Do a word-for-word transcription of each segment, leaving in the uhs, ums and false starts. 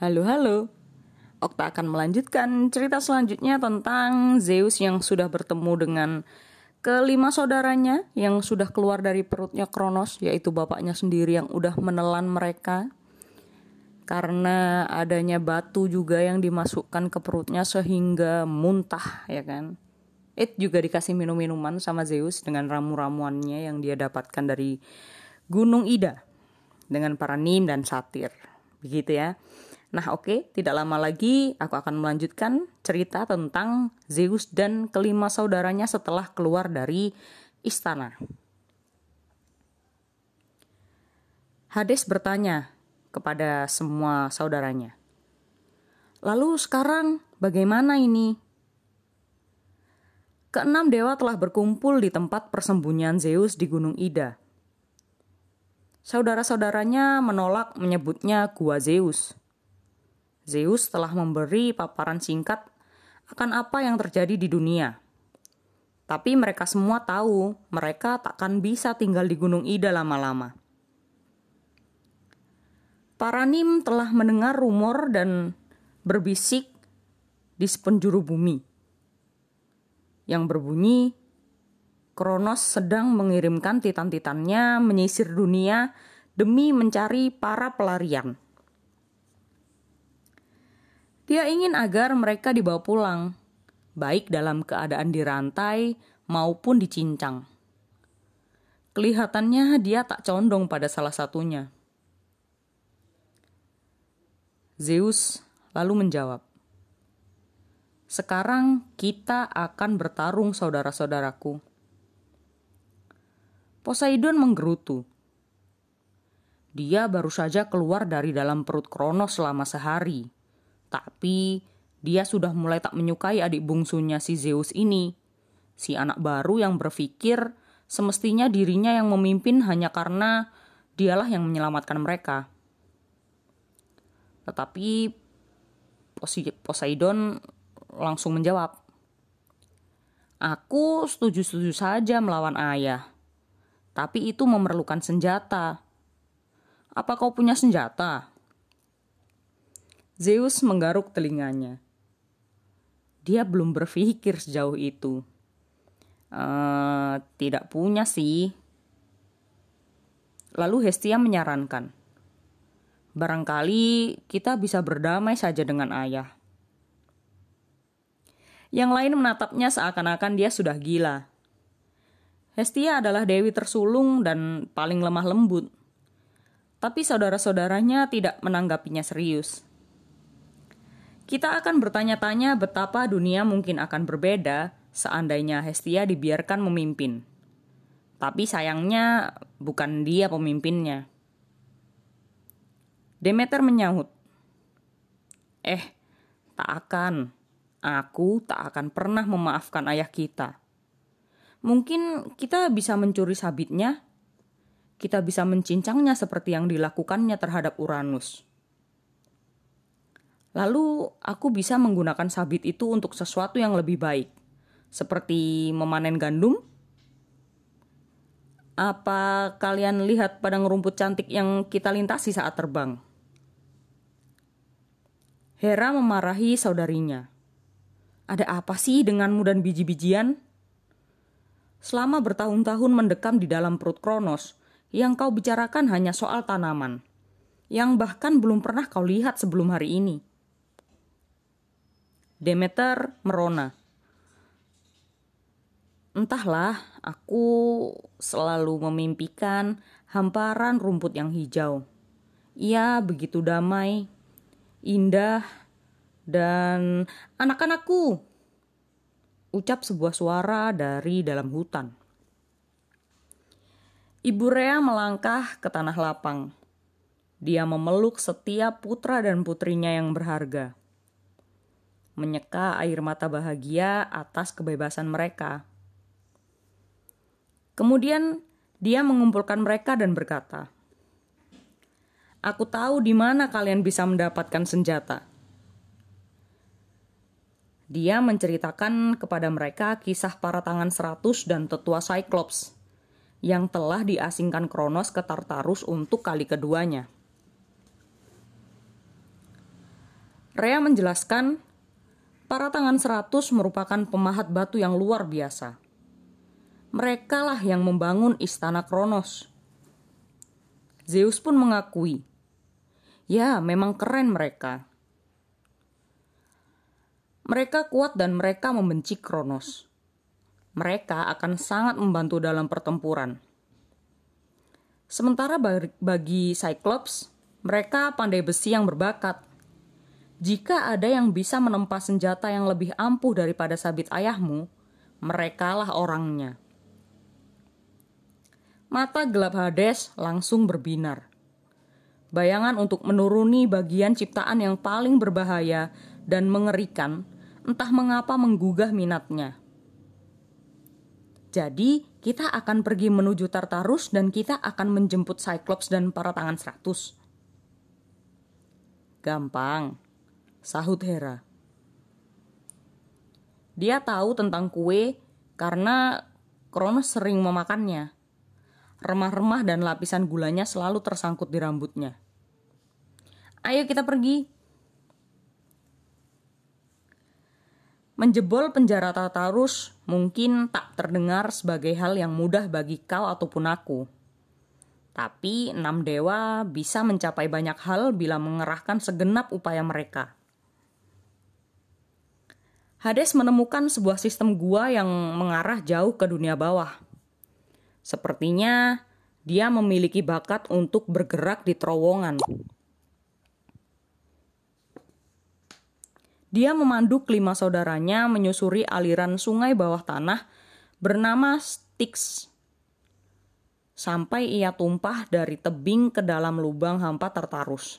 Halo, halo. Okta akan melanjutkan cerita selanjutnya tentang Zeus yang sudah bertemu dengan kelima saudaranya yang sudah keluar dari perutnya Kronos, yaitu bapaknya sendiri yang udah menelan mereka. Karena adanya batu juga yang dimasukkan ke perutnya sehingga muntah, ya kan. It juga dikasih minum-minuman sama Zeus dengan ramu-ramuannya yang dia dapatkan dari Gunung Ida dengan para nim dan satir. Begitu ya. Nah oke, okay, tidak lama lagi aku akan melanjutkan cerita tentang Zeus dan kelima saudaranya setelah keluar dari istana. Hades bertanya kepada semua saudaranya, "Lalu sekarang bagaimana ini?" Keenam dewa telah berkumpul di tempat persembunyian Zeus di Gunung Ida. Saudara-saudaranya menolak menyebutnya Gua Zeus. Zeus telah memberi paparan singkat akan apa yang terjadi di dunia. Tapi mereka semua tahu mereka takkan bisa tinggal di Gunung Ida lama-lama. Para nim telah mendengar rumor dan berbisik di sepenjuru bumi. Yang berbunyi, Kronos sedang mengirimkan titan-titannya menyisir dunia demi mencari para pelarian. Dia ingin agar mereka dibawa pulang, baik dalam keadaan dirantai maupun dicincang. Kelihatannya dia tak condong pada salah satunya. Zeus lalu menjawab, "Sekarang kita akan bertarung, saudara-saudaraku." Poseidon menggerutu. Dia baru saja keluar dari dalam perut Kronos selama sehari. Tapi dia sudah mulai tak menyukai adik bungsunya si Zeus ini. Si anak baru yang berpikir semestinya dirinya yang memimpin hanya karena dialah yang menyelamatkan mereka. Tetapi Poseidon langsung menjawab, "Aku setuju-setuju saja melawan ayah. Tapi itu memerlukan senjata. Apa kau punya senjata?" Zeus menggaruk telinganya. Dia belum berpikir sejauh itu. Uh, tidak punya sih. Lalu Hestia menyarankan, "Barangkali kita bisa berdamai saja dengan ayah." Yang lain menatapnya seakan-akan dia sudah gila. Hestia adalah dewi tersulung dan paling lemah lembut. Tapi saudara-saudaranya tidak menanggapinya serius. Kita akan bertanya-tanya betapa dunia mungkin akan berbeda seandainya Hestia dibiarkan memimpin. Tapi sayangnya bukan dia pemimpinnya. Demeter menyahut, "Eh, tak akan. Aku tak akan pernah memaafkan ayah kita. Mungkin kita bisa mencuri sabitnya. Kita bisa mencincangnya seperti yang dilakukannya terhadap Uranus. Lalu aku bisa menggunakan sabit itu untuk sesuatu yang lebih baik, seperti memanen gandum. Apa kalian lihat padang rumput cantik yang kita lintasi saat terbang?" Hera memarahi saudarinya. "Ada apa sih denganmu dan biji-bijian? Selama bertahun-tahun mendekam di dalam perut Kronos, yang kau bicarakan hanya soal tanaman, yang bahkan belum pernah kau lihat sebelum hari ini." Demeter merona. "Entahlah, aku selalu memimpikan hamparan rumput yang hijau. Ia begitu damai, indah, dan anak-anakku," ucap sebuah suara dari dalam hutan. Ibu Rea melangkah ke tanah lapang. Dia memeluk setiap putra dan putrinya yang berharga, menyeka air mata bahagia atas kebebasan mereka. Kemudian dia mengumpulkan mereka dan berkata, "Aku tahu di mana kalian bisa mendapatkan senjata." Dia menceritakan kepada mereka kisah para tangan seratus dan tetua Cyclops yang telah diasingkan Kronos ke Tartarus untuk kali keduanya. Rea menjelaskan, para tangan seratus merupakan pemahat batu yang luar biasa. Merekalah yang membangun istana Kronos. Zeus pun mengakui, ya memang keren mereka. Mereka kuat dan mereka membenci Kronos. Mereka akan sangat membantu dalam pertempuran. Sementara bagi Cyclops, mereka pandai besi yang berbakat. Jika ada yang bisa menempa senjata yang lebih ampuh daripada sabit ayahmu, merekalah orangnya. Mata gelap Hades langsung berbinar. Bayangan untuk menuruni bagian ciptaan yang paling berbahaya dan mengerikan, entah mengapa menggugah minatnya. Jadi, kita akan pergi menuju Tartarus dan kita akan menjemput Cyclops dan para tangan seratus. Gampang, sahut Hera. Dia tahu tentang kue karena Kronos sering memakannya. Remah-remah dan lapisan gulanya selalu tersangkut di rambutnya. Ayo kita pergi. Menjebol penjara Tartarus mungkin tak terdengar sebagai hal yang mudah bagi kau ataupun aku. Tapi enam dewa bisa mencapai banyak hal bila mengerahkan segenap upaya mereka. Hades menemukan sebuah sistem gua yang mengarah jauh ke dunia bawah. Sepertinya dia memiliki bakat untuk bergerak di terowongan. Dia memandu kelima saudaranya menyusuri aliran sungai bawah tanah bernama Styx, sampai ia tumpah dari tebing ke dalam lubang hampa Tartarus.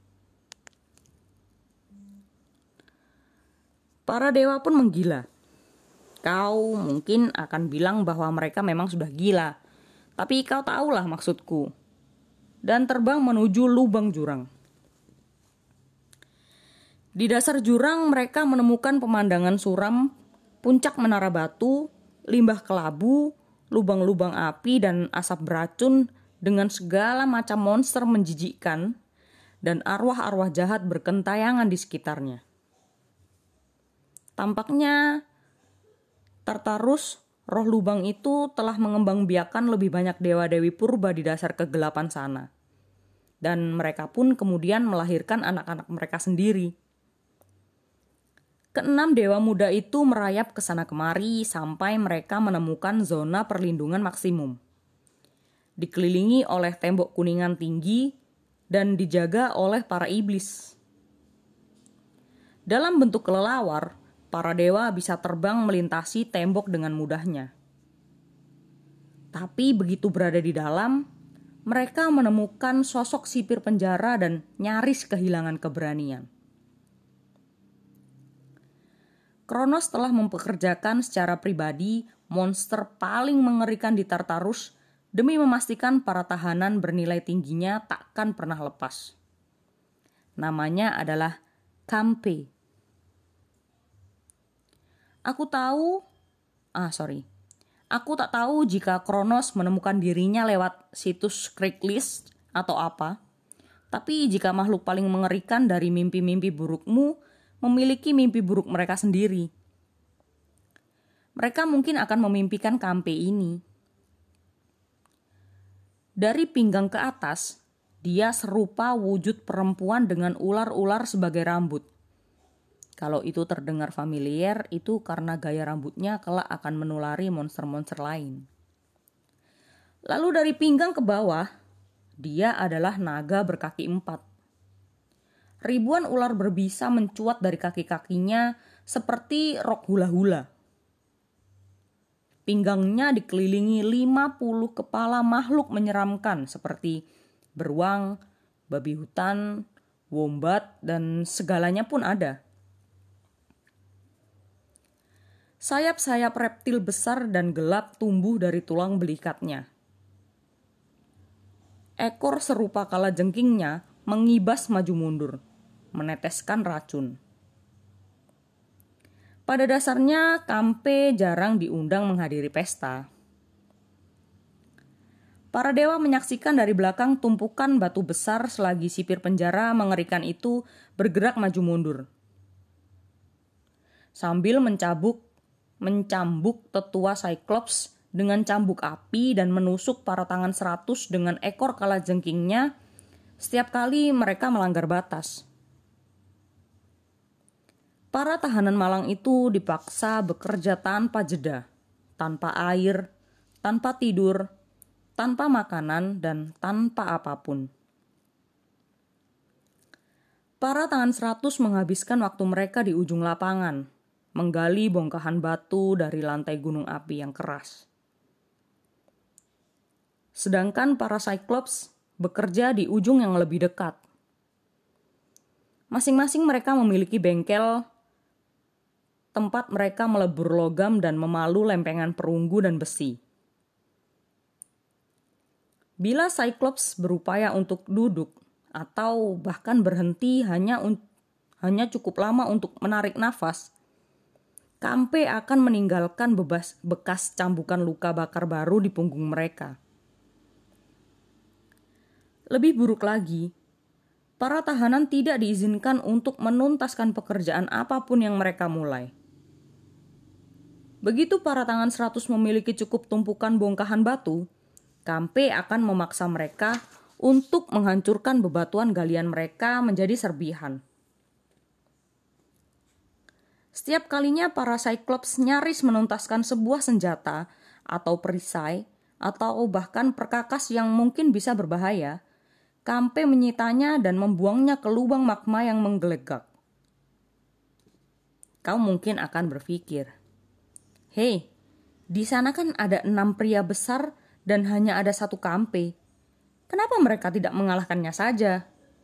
Para dewa pun menggila. Kau mungkin akan bilang bahwa mereka memang sudah gila, tapi kau tahulah maksudku. Dan terbang menuju lubang jurang. Di dasar jurang mereka menemukan pemandangan suram, puncak menara batu, limbah kelabu, lubang-lubang api dan asap beracun dengan segala macam monster menjijikkan dan arwah-arwah jahat berkentayangan di sekitarnya. Tampaknya Tartarus, roh lubang itu telah mengembangbiakan lebih banyak dewa-dewi purba di dasar kegelapan sana. Dan mereka pun kemudian melahirkan anak-anak mereka sendiri. Keenam dewa muda itu merayap ke sana kemari sampai mereka menemukan zona perlindungan maksimum. Dikelilingi oleh tembok kuningan tinggi dan dijaga oleh para iblis. Dalam bentuk kelelawar, para dewa bisa terbang melintasi tembok dengan mudahnya. Tapi begitu berada di dalam, mereka menemukan sosok sipir penjara dan nyaris kehilangan keberanian. Kronos telah mempekerjakan secara pribadi monster paling mengerikan di Tartarus demi memastikan para tahanan bernilai tingginya takkan pernah lepas. Namanya adalah Campe. Aku tahu, ah sorry, aku tak tahu jika Kronos menemukan dirinya lewat situs Craigslist atau apa. Tapi jika makhluk paling mengerikan dari mimpi-mimpi burukmu memiliki mimpi buruk mereka sendiri, mereka mungkin akan memimpikan Campe ini. Dari pinggang ke atas, dia serupa wujud perempuan dengan ular-ular sebagai rambut. Kalau itu terdengar familiar, itu karena gaya rambutnya kelak akan menulari monster-monster lain. Lalu dari pinggang ke bawah, dia adalah naga berkaki empat. Ribuan ular berbisa mencuat dari kaki-kakinya seperti rok hula-hula. Pinggangnya dikelilingi lima puluh kepala makhluk menyeramkan seperti beruang, babi hutan, wombat, dan segalanya pun ada. Sayap-sayap reptil besar dan gelap tumbuh dari tulang belikatnya. Ekor serupa kalajengkingnya mengibas maju mundur, meneteskan racun. Pada dasarnya, Campe jarang diundang menghadiri pesta. Para dewa menyaksikan dari belakang tumpukan batu besar selagi sipir penjara mengerikan itu bergerak maju mundur. Sambil mencabuk, mencambuk tetua Cyclops dengan cambuk api dan menusuk para tangan seratus dengan ekor kalajengkingnya setiap kali mereka melanggar batas. Para tahanan malang itu dipaksa bekerja tanpa jeda, tanpa air, tanpa tidur, tanpa makanan, dan tanpa apapun. Para tangan seratus menghabiskan waktu mereka di ujung lapangan, menggali bongkahan batu dari lantai gunung api yang keras. Sedangkan para Cyclops bekerja di ujung yang lebih dekat. Masing-masing mereka memiliki bengkel, tempat mereka melebur logam dan memalu lempengan perunggu dan besi. Bila Cyclops berupaya untuk duduk atau bahkan berhenti hanya un- hanya cukup lama untuk menarik nafas, Kampe akan meninggalkan bebas, bekas cambukan luka bakar baru di punggung mereka. Lebih buruk lagi, para tahanan tidak diizinkan untuk menuntaskan pekerjaan apapun yang mereka mulai. Begitu para tangan seratus memiliki cukup tumpukan bongkahan batu, Kampe akan memaksa mereka untuk menghancurkan bebatuan galian mereka menjadi serpihan. Setiap kalinya para Cyclops nyaris menuntaskan sebuah senjata atau perisai atau bahkan perkakas yang mungkin bisa berbahaya, Kampe menyitanya dan membuangnya ke lubang magma yang menggelegak. Kau mungkin akan berpikir, "Hei, di sana kan ada enam pria besar dan hanya ada satu Kampe. Kenapa mereka tidak mengalahkannya saja?"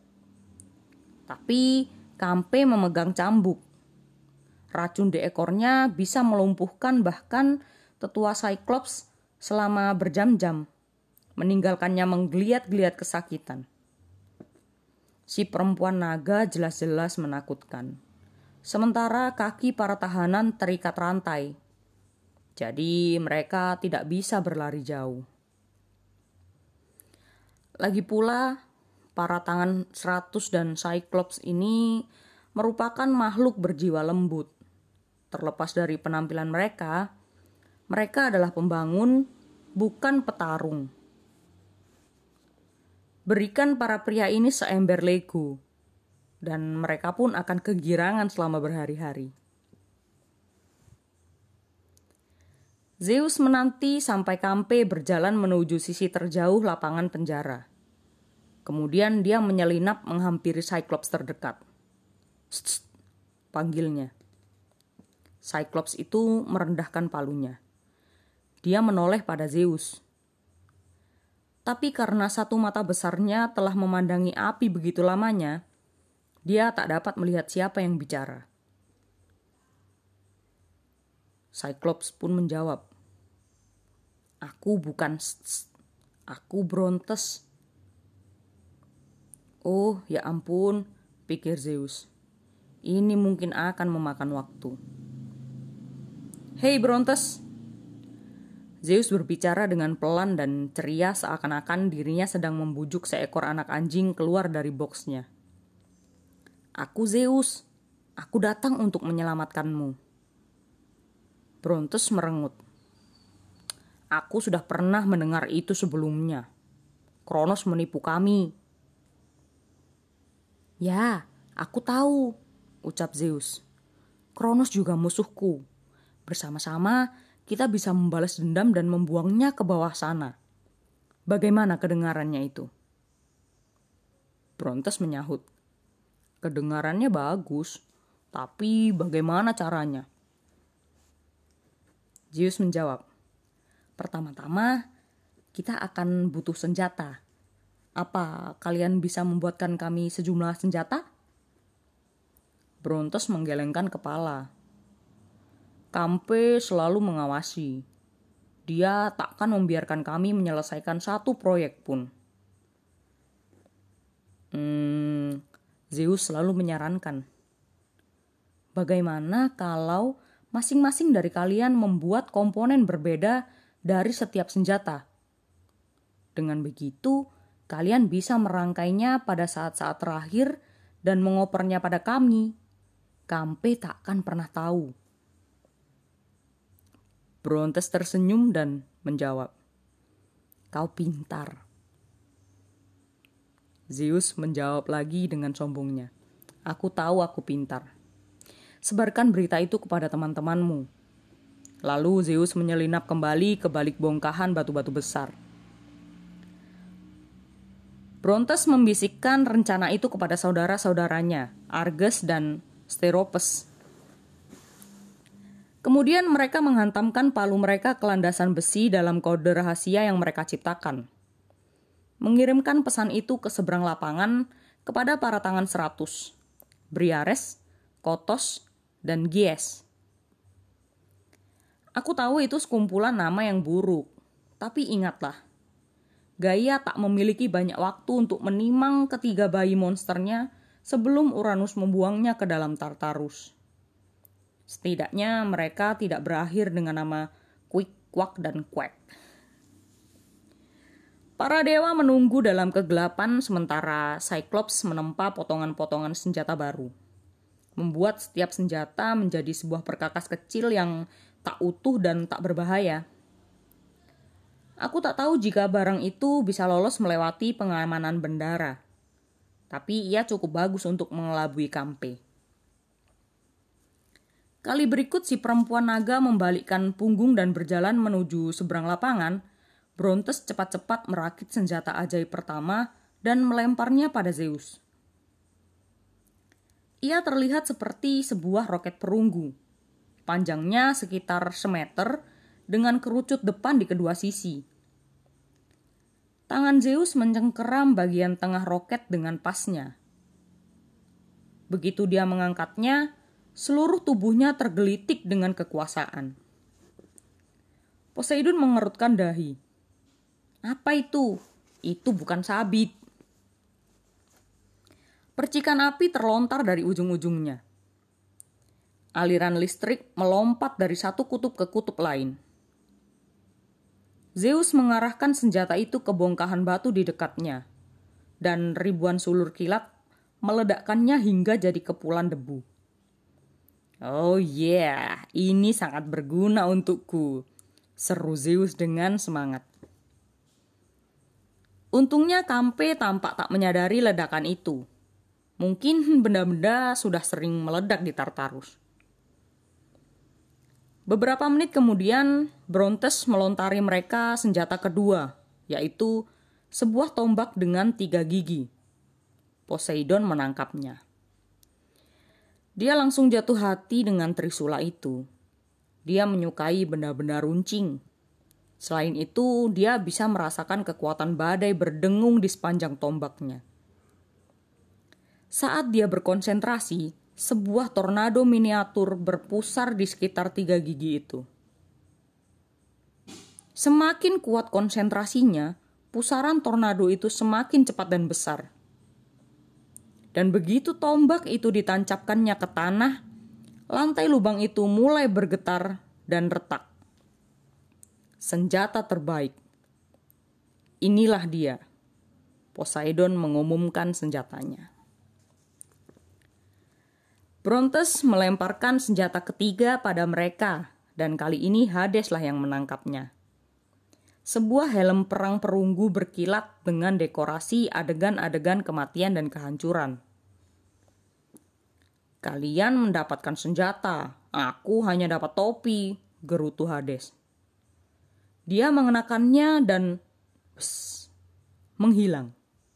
Tapi Kampe memegang cambuk. Racun di ekornya bisa melumpuhkan bahkan tetua Cyclops selama berjam-jam, meninggalkannya menggeliat-geliat kesakitan. Si perempuan naga jelas-jelas menakutkan. Sementara kaki para tahanan terikat rantai. Jadi mereka tidak bisa berlari jauh. Lagi pula, para tangan seratus dan Cyclops ini merupakan makhluk berjiwa lembut. Terlepas dari penampilan mereka, mereka adalah pembangun, bukan petarung. Berikan para pria ini seember Lego, dan mereka pun akan kegirangan selama berhari-hari. Zeus menanti sampai Kampe berjalan menuju sisi terjauh lapangan penjara. Kemudian dia menyelinap menghampiri Cyclops terdekat. "Sst," panggilnya. Cyclops itu merendahkan palunya. Dia menoleh pada Zeus. Tapi karena satu mata besarnya telah memandangi api begitu lamanya, dia tak dapat melihat siapa yang bicara. Cyclops pun menjawab, "Aku bukan St, aku Brontes." "Oh, ya ampun," pikir Zeus. "Ini mungkin akan memakan waktu." "Hei Brontes." Zeus berbicara dengan pelan dan ceria seakan-akan dirinya sedang membujuk seekor anak anjing keluar dari boksnya. "Aku Zeus. Aku datang untuk menyelamatkanmu." Brontes merengut. "Aku sudah pernah mendengar itu sebelumnya. Kronos menipu kami." "Ya, aku tahu," ucap Zeus. "Kronos juga musuhku. Bersama-sama kita bisa membalas dendam dan membuangnya ke bawah sana. Bagaimana kedengarannya itu?" Brontes menyahut, "Kedengarannya bagus, tapi bagaimana caranya?" Zeus menjawab, "Pertama-tama kita akan butuh senjata. Apa kalian bisa membuatkan kami sejumlah senjata?" Brontes menggelengkan kepala. "Kampe selalu mengawasi. Dia takkan membiarkan kami menyelesaikan satu proyek pun." Hmm, Zeus selalu menyarankan, "Bagaimana kalau masing-masing dari kalian membuat komponen berbeda dari setiap senjata? Dengan begitu, kalian bisa merangkainya pada saat-saat terakhir dan mengopernya pada kami. Kampe tak akan pernah tahu. Brontes tersenyum dan menjawab, "Kau pintar." Zeus menjawab lagi dengan sombongnya, "Aku tahu aku pintar. Sebarkan berita itu kepada teman-temanmu." Lalu Zeus menyelinap kembali ke balik bongkahan batu-batu besar. Brontes membisikkan rencana itu kepada saudara-saudaranya, Arges dan Steropes. Kemudian mereka menghantamkan palu mereka ke landasan besi dalam kode rahasia yang mereka ciptakan. Mengirimkan pesan itu ke seberang lapangan kepada para tangan seratus, Briares, Kotos, dan Gies. Aku tahu itu sekumpulan nama yang buruk, tapi ingatlah, Gaia tak memiliki banyak waktu untuk menimang ketiga bayi monsternya sebelum Uranus membuangnya ke dalam Tartarus. Setidaknya mereka tidak berakhir dengan nama Quick, Quack, dan Quack. Para dewa menunggu dalam kegelapan sementara Cyclops menempa potongan-potongan senjata baru. Membuat setiap senjata menjadi sebuah perkakas kecil yang tak utuh dan tak berbahaya. Aku tak tahu jika barang itu bisa lolos melewati pengamanan bendara. Tapi ia cukup bagus untuk mengelabui Kampe. Kali berikut si perempuan naga membalikkan punggung dan berjalan menuju seberang lapangan. Brontes cepat-cepat merakit senjata ajaib pertama dan melemparnya pada Zeus. Ia terlihat seperti sebuah roket perunggu. Panjangnya sekitar semeter dengan kerucut depan di kedua sisi. Tangan Zeus mencengkeram bagian tengah roket dengan pasnya. Begitu dia mengangkatnya, seluruh tubuhnya tergelitik dengan kekuasaan. Poseidon mengerutkan dahi. "Apa itu? Itu bukan sabit." Percikan api terlontar dari ujung-ujungnya. Aliran listrik melompat dari satu kutub ke kutub lain. Zeus mengarahkan senjata itu ke bongkahan batu di dekatnya, dan ribuan sulur kilat meledakkannya hingga jadi kepulan debu. "Oh yeah, ini sangat berguna untukku," seru Zeus dengan semangat. Untungnya Kampe tampak tak menyadari ledakan itu. Mungkin benda-benda sudah sering meledak di Tartarus. Beberapa menit kemudian, Brontes melontari mereka senjata kedua, yaitu sebuah tombak dengan tiga gigi. Poseidon menangkapnya. Dia langsung jatuh hati dengan trisula itu. Dia menyukai benda-benda runcing. Selain itu, dia bisa merasakan kekuatan badai berdengung di sepanjang tombaknya. Saat dia berkonsentrasi, sebuah tornado miniatur berpusar di sekitar tiga gigi itu. Semakin kuat konsentrasinya, pusaran tornado itu semakin cepat dan besar. Dan begitu tombak itu ditancapkannya ke tanah, lantai lubang itu mulai bergetar dan retak. Senjata terbaik. Inilah dia. Poseidon mengumumkan senjatanya. Brontes melemparkan senjata ketiga pada mereka, dan kali ini Hadeslah yang menangkapnya. Sebuah helm perang perunggu berkilat dengan dekorasi adegan-adegan kematian dan kehancuran. "Kalian mendapatkan senjata, aku hanya dapat topi," gerutu Hades. Dia mengenakannya dan pss, menghilang.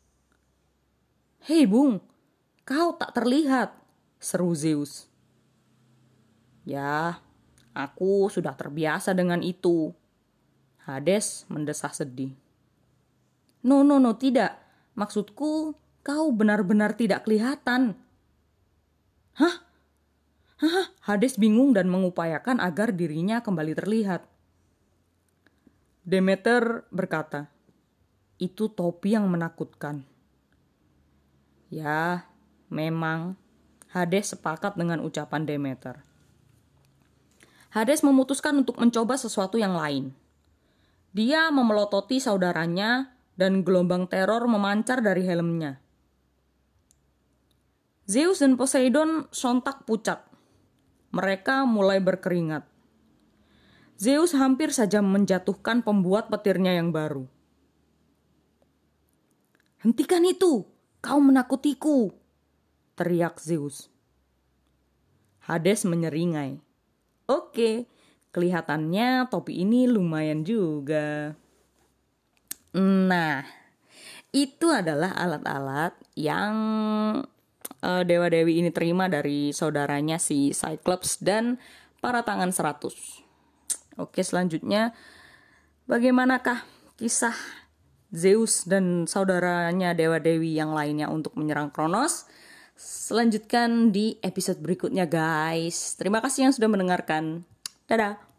"Hei Bung, kau tak terlihat," seru Zeus. "Ya, aku sudah terbiasa dengan itu." Hades mendesah sedih. No, no, no, tidak. Maksudku, kau benar-benar tidak kelihatan." Hah? Hah? Hades bingung dan mengupayakan agar dirinya kembali terlihat. Demeter berkata, "Itu topi yang menakutkan." Ya, memang. Hades sepakat dengan ucapan Demeter. Hades memutuskan untuk mencoba sesuatu yang lain. Dia memelototi saudaranya, dan gelombang teror memancar dari helmnya. Zeus dan Poseidon sontak pucat. Mereka mulai berkeringat. Zeus hampir saja menjatuhkan pembuat petirnya yang baru. "Hentikan itu, kau menakutiku!" teriak Zeus. Hades menyeringai. "Oke, kelihatannya topi ini lumayan juga." Nah, itu adalah alat-alat yang uh, dewa-dewi ini terima dari saudaranya si Cyclops dan para tangan seratus. Oke, selanjutnya bagaimanakah kisah Zeus dan saudaranya dewa-dewi yang lainnya untuk menyerang Kronos? Selanjutkan di episode berikutnya, guys. Terima kasih yang sudah mendengarkan. Dadah.